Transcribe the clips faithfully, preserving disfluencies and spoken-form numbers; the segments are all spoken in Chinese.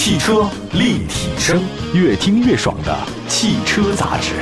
汽车立体声，越听越爽的汽车杂志。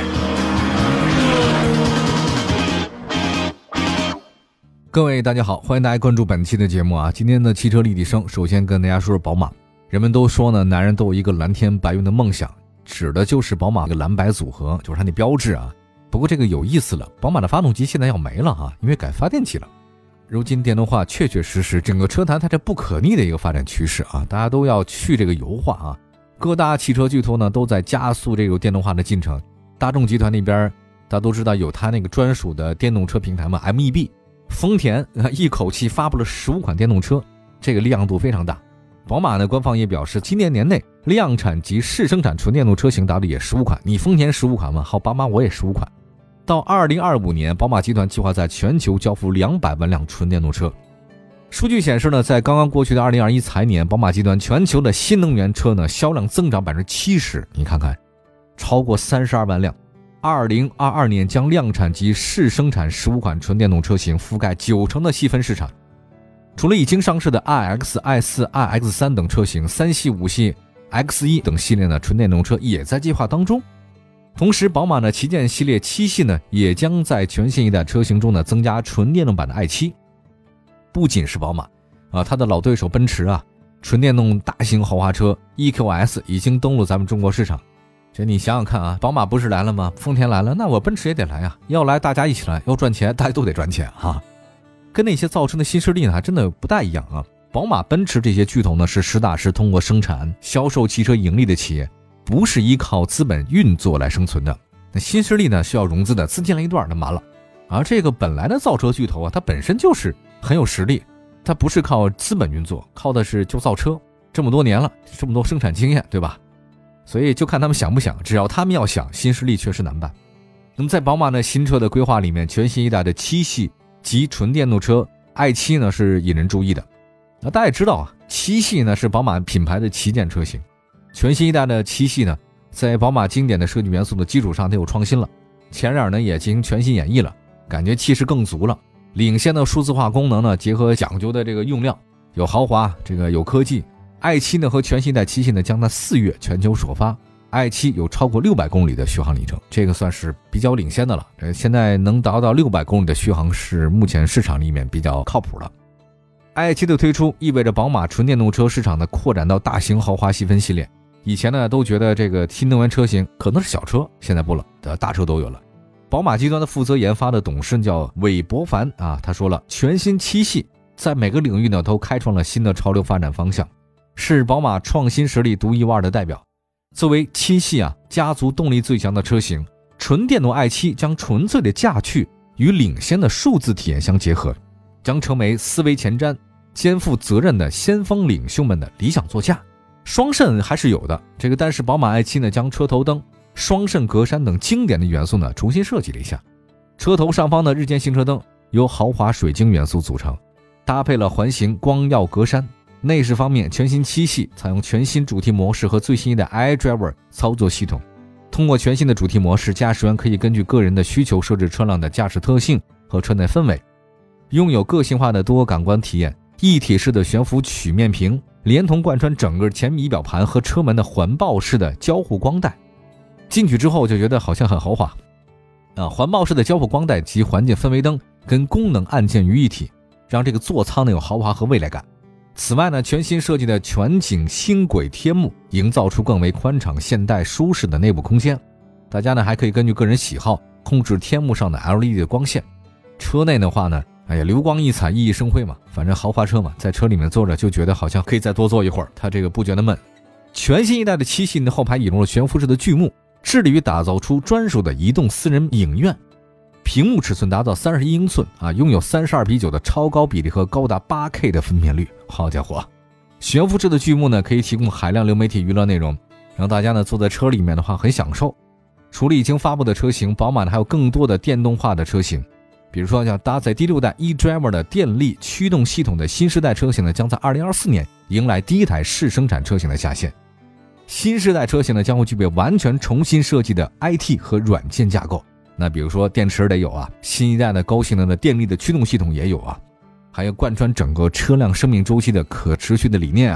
各位大家好，欢迎大家关注本期的节目啊。今天的汽车立体声，首先跟大家说说宝马。人们都说呢，男人都有一个蓝天白云的梦想，指的就是宝马的蓝白组合，就是它那标志啊。不过这个有意思了，宝马的发动机现在要没了啊，因为改发电机了。如今电动化确确实实整个车坛它这不可逆的一个发展趋势啊，大家都要去这个油化啊。各大汽车巨头呢都在加速这个电动化的进程。大众集团那边大家都知道有它那个专属的电动车平台嘛 M E B， 丰田一口气发布了十五款电动车，这个亮度非常大。宝马呢官方也表示，今年年内量产及试生产纯电动车型达到也十五款，你丰田十五款嘛，好，宝马我也十五款。到二零二五年，宝马集团计划在全球交付两百万辆纯电动车。数据显示呢，在刚刚过去的二零二一财年，宝马集团全球的新能源车呢销量增长 百分之七十， 你看看，超过三十二万辆。二零二二年将量产及试生产十五款纯电动车型，覆盖九成的细分市场。除了已经上市的 i X、i 四、i X 三 等车型，三系、五系、X 一 等系列的纯电动车也在计划当中。同时，宝马的旗舰系列七系呢，也将在全新一代车型中呢增加纯电动版的 i 七。不仅是宝马啊，它的老对手奔驰啊，纯电动大型豪华车 E Q S 已经登陆咱们中国市场。这你想想看啊，宝马不是来了吗？丰田来了，那我奔驰也得来啊，要来大家一起来，要赚钱大家都得赚钱啊。跟那些造车的新势力呢，还真的不大一样啊。宝马、奔驰这些巨头呢，是实打实通过生产、销售汽车盈利的企业，不是依靠资本运作来生存的。那新势力呢，需要融资的，资金来一段那完了。而这个本来的造车巨头啊，它本身就是很有实力，它不是靠资本运作，靠的是就造车，这么多年了，这么多生产经验，对吧？所以就看他们想不想，只要他们要想，新势力确实难办。那么在宝马的新车的规划里面，全新一代的七系及纯电动车 i 七 呢是引人注意的。那大家也知道啊，七系呢是宝马品牌的旗舰车型。全新一代的七系呢，在宝马经典的设计元素的基础上，它有创新了。前脸呢也进行全新演绎了，感觉气势更足了。领先的数字化功能呢，结合讲究的这个用料，有豪华，这个有科技。i 七 呢和全新一代七系呢将在四月全球首发。i 七 有超过六百公里的续航里程，这个算是比较领先的了。呃，现在能达到六百公里的续航是目前市场里面比较靠谱的。i 七 的推出意味着宝马纯电动车市场的扩展到大型豪华细分系列。以前呢都觉得这个新能源车型可能是小车，现在不了，大车都有了。宝马集团的负责研发的董事叫韦伯凡啊，他说了，全新七系在每个领域呢都开创了新的潮流发展方向，是宝马创新实力独一无二的代表。作为七系啊家族动力最强的车型，纯电动 i 七 将纯粹的驾趣与领先的数字体验相结合，将成为思维前瞻、肩负责任的先锋领袖们的理想座驾。双肾还是有的，这个但是宝马 i 七 呢将车头灯、双肾格栅等经典的元素呢重新设计了一下。车头上方的日间行车灯由豪华水晶元素组成，搭配了环形光耀格栅。内饰方面，全新七系采用全新主题模式和最新一代 iDriver 操作系统。通过全新的主题模式，驾驶员可以根据个人的需求设置车辆的驾驶特性和车内氛围，拥有个性化的多感官体验。一体式的悬浮曲面屏连同贯穿整个前仪表盘和车门的环抱式的交互光带，进去之后就觉得好像很豪华啊！环抱式的交互光带及环境氛围灯跟功能按键于一体，让这个座舱呢有豪华和未来感。此外呢，全新设计的全景星轨贴幕营造出更为宽敞、现代、舒适的内部空间。大家呢还可以根据个人喜好控制天幕上的 L E D 的光线。车内的话呢，哎呀，流光溢彩，熠熠生辉嘛，反正豪华车嘛，在车里面坐着就觉得好像可以再多坐一会儿，它这个不觉得闷。全新一代的七系的后排引入了悬浮式的巨幕，致力于打造出专属的移动私人影院。屏幕尺寸达到三十一英寸啊，拥有三十二比九的超高比例和高达 八 K 的分辨率。好家伙，悬浮式的巨幕呢，可以提供海量流媒体娱乐内容，让大家呢坐在车里面的话很享受。除了已经发布的车型，宝马呢还有更多的电动化的车型，比如说像搭载第六代 eDriver 的电力驱动系统的新时代车型呢，将在二零二四年迎来第一台试生产车型的下线。新时代车型呢将会具备完全重新设计的 I T 和软件架构。那比如说电池得有啊，新一代的高性能的电力的驱动系统也有啊，还有贯穿整个车辆生命周期的可持续的理念啊，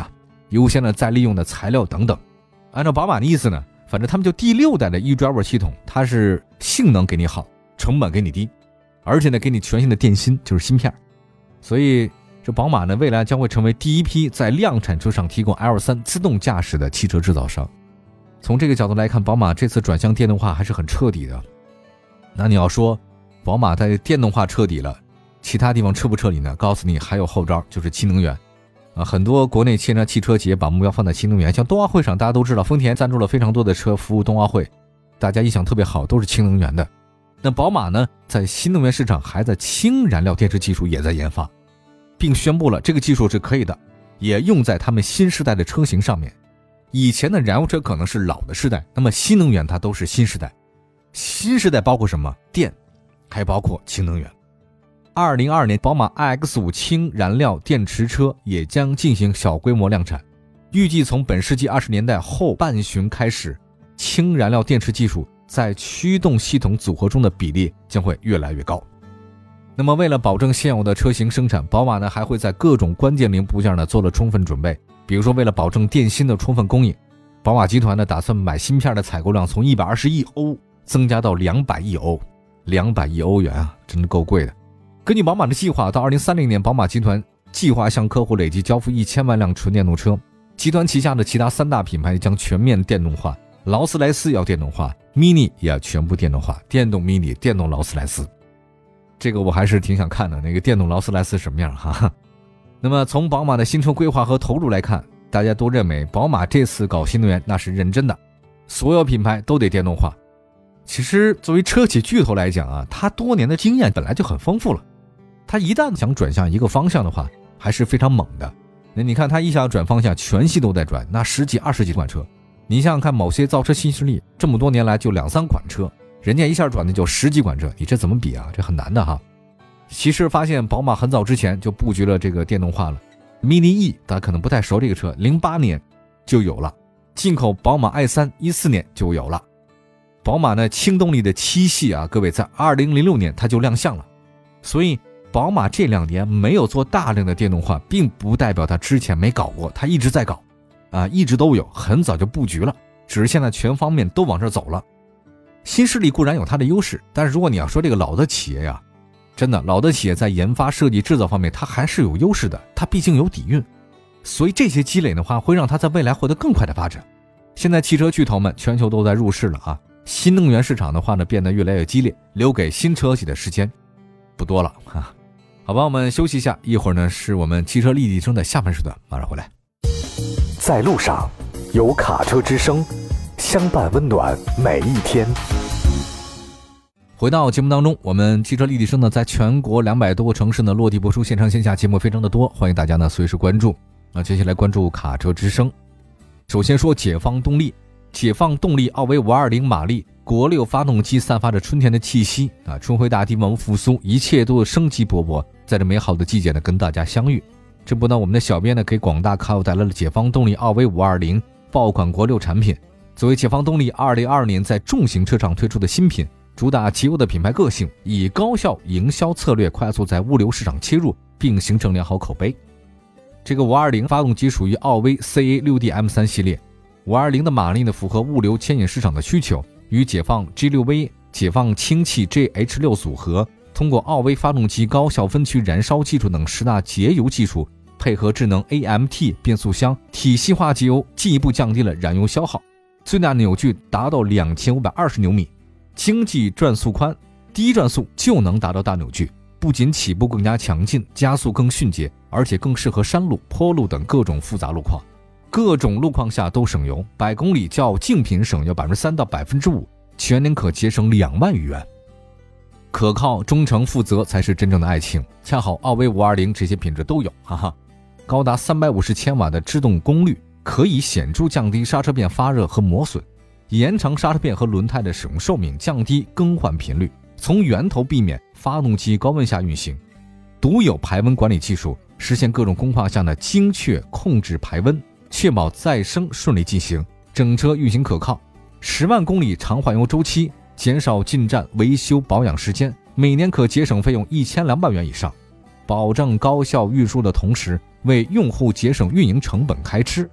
优先的再利用的材料等等。按照宝马的意思呢，反正他们就第六代的 eDriver 系统，它是性能给你好，成本给你低，而且呢给你全新的电芯，就是芯片。所以这宝马呢未来将会成为第一批在量产车上提供 L 三 自动驾驶的汽车制造商。从这个角度来看，宝马这次转向电动化还是很彻底的。那你要说宝马在电动化彻底了，其他地方彻不彻底呢？告诉你还有后招，就是氢能源啊。很多国内汽车汽车企业把目标放在氢能源，像冬奥会上大家都知道，丰田赞助了非常多的车服务冬奥会，大家印象特别好，都是氢能源的。那宝马呢，在新能源市场还在氢燃料电池技术也在研发，并宣布了这个技术是可以的，也用在他们新时代的车型上面。以前的燃油车可能是老的时代，那么新能源它都是新时代。新时代包括什么？电，还包括氢能源。二零二二年宝马 I X 五 氢燃料电池车也将进行小规模量产，预计从本世纪二十年代后半旬开始，氢燃料电池技术在驱动系统组合中的比例将会越来越高。那么为了保证现有的车型生产，宝马呢还会在各种关键零部件呢做了充分准备。比如说为了保证电芯的充分供应，宝马集团呢打算买芯片的采购量从一百二十亿欧增加到两百亿欧，两百亿欧元啊，真的够贵的。根据宝马的计划，到二零三零年，宝马集团计划向客户累计交付一千万辆纯电动车。集团旗下的其他三大品牌将全面电动化，劳斯莱斯要电动化， Mini 也要全部电动化，电动 Mini， 电动劳斯莱斯。这个我还是挺想看的，那个电动劳斯莱斯什么样哈。那么从宝马的新车规划和投入来看，大家都认为宝马这次搞新能源那是认真的，所有品牌都得电动化。其实作为车企巨头来讲啊，它多年的经验本来就很丰富了，它一旦想转向一个方向的话还是非常猛的。那你看它一下转方向，全系都在转，那十几二十几款车，你想想看，某些造车新势力这么多年来就两三款车，人家一下转的就十几款车，你这怎么比啊？这很难的哈。其实发现宝马很早之前就布局了这个电动化了。 Mini E 大家可能不太熟，这个车零八年就有了，进口宝马 i 三 一四年就有了。宝马呢轻动力的七系啊，各位在二零零六年它就亮相了。所以宝马这两年没有做大量的电动化，并不代表它之前没搞过，它一直在搞啊，一直都有，很早就布局了，只是现在全方面都往这走了。新势力固然有它的优势，但是如果你要说这个老的企业呀，真的老的企业在研发设计制造方面它还是有优势的，它毕竟有底蕴，所以这些积累的话会让它在未来获得更快的发展。现在汽车巨头们全球都在入市了啊，新能源市场的话呢变得越来越激烈，留给新车企的时间不多了哈。好吧，我们休息一下，一会儿呢是我们汽车立体声的下半时段，马上回来。 在路上有卡车之声，相伴温暖每一天。 回到节目当中，我们汽车立体声呢在全国两百多个城市呢落地播出，线上线下节目非常的多，欢迎大家呢随时关注。那接下来关注卡车之声。首先说解放动力，解放动力奥威五二零马力国六发动机散发着春天的气息啊，春回大地万物复苏，一切都生机勃勃，在这美好的季节呢跟大家相遇。这不呢我们的小编呢给广大卡友带来了解放动力奥威五二零爆款国六产品。作为解放动力二零二二年在重型车上推出的新品，主打极优的品牌个性，以高效营销策略快速在物流市场切入，并形成良好口碑。这个五二零发动机属于奥威 C A 六 D M 三 系列，五二零的马力呢符合物流牵引市场的需求，与解放 G 六 V、解放氢气 J H 六 组合，通过奥威发动机高效分区燃烧技术等十大节油技术，配合智能 A M T 变速箱体系化节油，进一步降低了燃油消耗，最大扭矩达到两千五百二十牛米，经济转速宽，低转速就能达到大扭矩，不仅起步更加强劲，加速更迅捷，而且更适合山路、坡路等各种复杂路况，各种路况下都省油，百公里较竞品省油 百分之三 到 百分之五， 全年可节省两万余元。可靠、忠诚、负责才是真正的爱情，恰好奥威五二零这些品质都有，哈哈。高达三百五十千瓦的制动功率，可以显著降低刹车片发热和磨损，延长刹车片和轮胎的使用寿命，降低更换频率，从源头避免发动机高温下运行。独有排温管理技术，实现各种工况下的精确控制排温，确保再生顺利进行，整车运行可靠。十万公里长换油周期，减少进站维修保养时间，每年可节省费用一千两百元以上，保证高效运输的同时，为用户节省运营成本开支，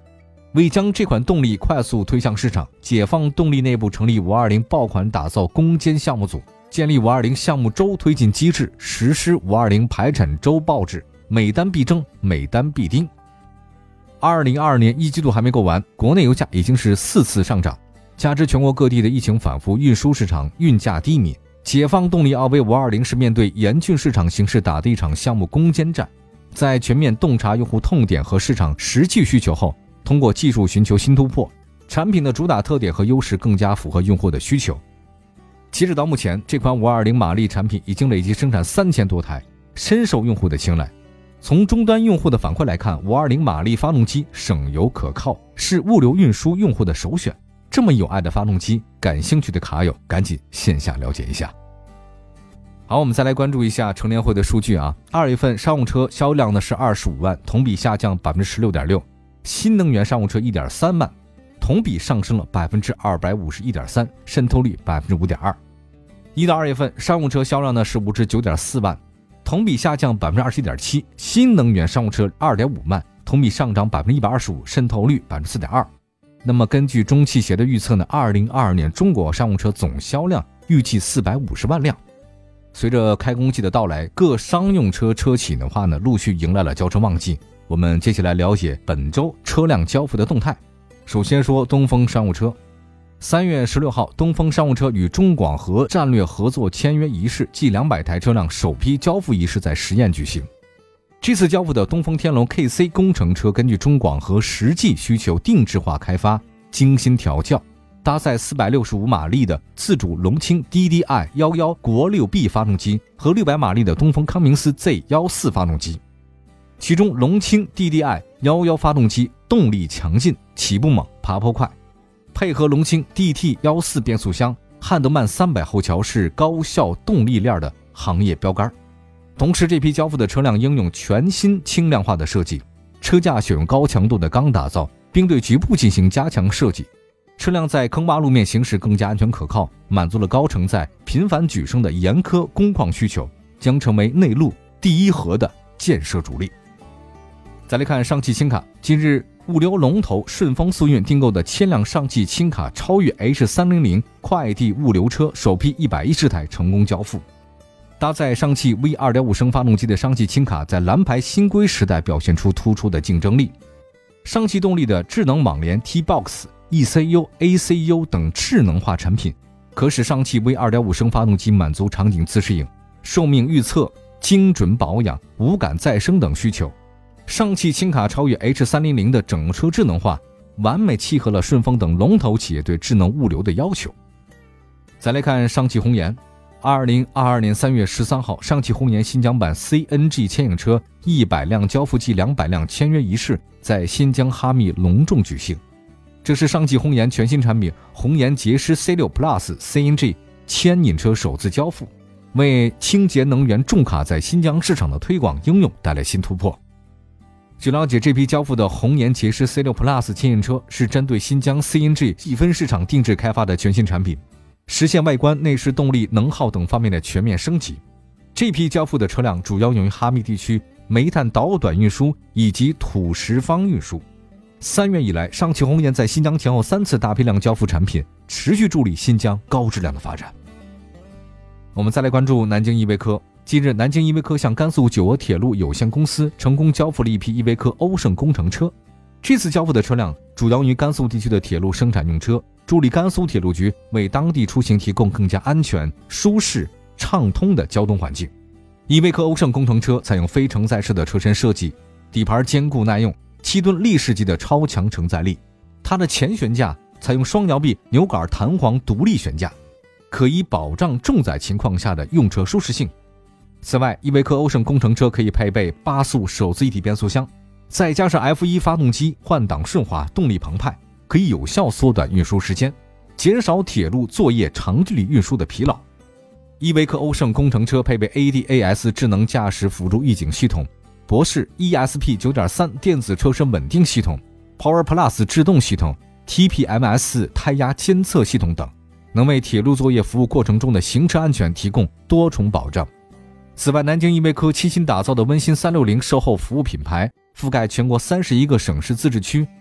为将这款动力快速推向市场，解放动力内部成立五二零爆款打造攻坚项目组，建立五二零项目周推进机制，实施五二零排产周报制，每单必争，每单必盯。二零二二年一季度还没过完，国内油价已经是四次上涨，加之全国各地的疫情反复，运输市场运价低迷，解放动力奥威五二零是面对严峻市场形势打的一场项目攻坚战。在全面洞察用户痛点和市场实际需求后，通过技术寻求新突破，产品的主打特点和优势更加符合用户的需求。截止到目前，这款五二零马力产品已经累计生产三千多台，深受用户的青睐。从终端用户的反馈来看，五二零马力发动机省油可靠，是物流运输用户的首选。这么有爱的发动机，感兴趣的卡友赶紧线下了解一下。好，我们再来关注一下乘联会的数据啊。二月份商务车销量呢是二十五万，同比下降 百分之十六点六， 新能源商务车 一点三万，同比上升了 百分之二百五十一点三， 渗透率 百分之五点二。 一到二月份商务车销量呢是五十九点四万，同比下降 百分之二十一点七， 新能源商务车 二点五万，同比上涨 百分之一百二十五， 渗透率 百分之四点二。 那么根据中汽协的预测呢，二零二二年中国商务车总销量预计四百五十万辆。随着开工季的到来，各商用车车企的话呢，陆续迎来了交车旺季。我们接下来了解本周车辆交付的动态。首先说东风商务车，三月十六号，东风商务车与中广核战略合作签约仪式暨两百台车辆首批交付仪式在十堰举行。这次交付的东风天龙 K C 工程车根据中广核实际需求定制化开发，精心调教，搭载四百六十五马力的自主隆清 D D I 一一 国六 B 发动机和六百马力的东风康明斯 Z 一四 发动机。其中隆清 D D I 一一 发动机动力强劲，起步猛，爬坡快，配合隆清 D T 一四 变速箱，汉德曼三百后桥是高效动力链的行业标杆。同时，这批交付的车辆应用全新轻量化的设计，车架选用高强度的钢打造，并对局部进行加强设计。车辆在坑洼路面行驶更加安全可靠，满足了高承载、频繁举升的严苛工况需求，将成为内陆第一核的建设主力。再来看上汽轻卡，近日物流龙头顺丰速运订购的千辆上汽轻卡超越 H 三百 快递物流车首批一百一十台成功交付。搭载上汽 V 二点五 升发动机的上汽轻卡在蓝牌新规时代表现出突出的竞争力。上汽动力的智能网联 T-Box、E C U、A C U 等智能化产品，可使上汽 V 二点五 升发动机满足场景自适应、寿命预测、精准保养、无感再生等需求。上汽轻卡超越 H 三百 的整车智能化，完美契合了顺丰等龙头企业对智能物流的要求。再来看上汽红岩，二零二二年三月十三号，上汽红岩新疆版 C N G 牵引车一百辆交付暨两百辆签约仪式在新疆哈密隆重举行。这是上汽红岩全新产品红岩捷狮 C 六 Plus C N G 牵引车首次交付，为清洁能源重卡在新疆市场的推广应用带来新突破。据了解，这批交付的红岩捷狮 C 六 Plus 牵引车是针对新疆 C N G 细分市场定制开发的全新产品，实现外观、内饰、动力、能耗等方面的全面升级。这批交付的车辆主要用于哈密地区煤炭导短运输以及土石方运输。三月以来，上汽红岩在新疆前后三次大批量交付产品，持续助力新疆高质量的发展。我们再来关注南京依维柯。近日，南京依维柯向甘肃九俄铁路有限公司成功交付了一批依维柯欧胜工程车。这次交付的车辆主要用于甘肃地区的铁路生产用车，助力甘肃铁路局为当地出行提供更加安全、舒适、畅通的交通环境。依维柯欧胜工程车采用非承载式的车身设计，底盘坚固耐用，七吨力士级的超强承载力。它的前悬架采用双摇臂扭杆弹簧独立悬架，可以保障重载情况下的用车舒适性。此外，依维柯欧胜工程车可以配备八速手自一体变速箱，再加上 F 一 发动机，换挡顺滑，动力澎湃，可以有效缩短运输时间，减少铁路作业长距离运输的疲劳。依维柯欧胜工程车配备 A D A S 智能驾驶辅助预警系统、博世 E S P 九点三 电子车身稳定系统、Power Plus 制动系统、T P M S 胎压监测系统等，能为铁路作业服务过程中的行车安全提供多重保障。此外，南京依维柯悉心打造的温馨三六零售后服务品牌，覆盖全国三十一个省市自治区，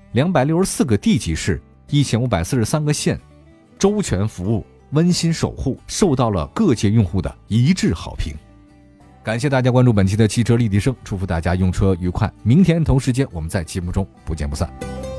两百六十四个地级市，一千五百四十三个县，周全服务，温馨守护，受到了各界用户的一致好评。感谢大家关注本期的汽车立体声，祝福大家用车愉快。明天同时间我们在节目中不见不散。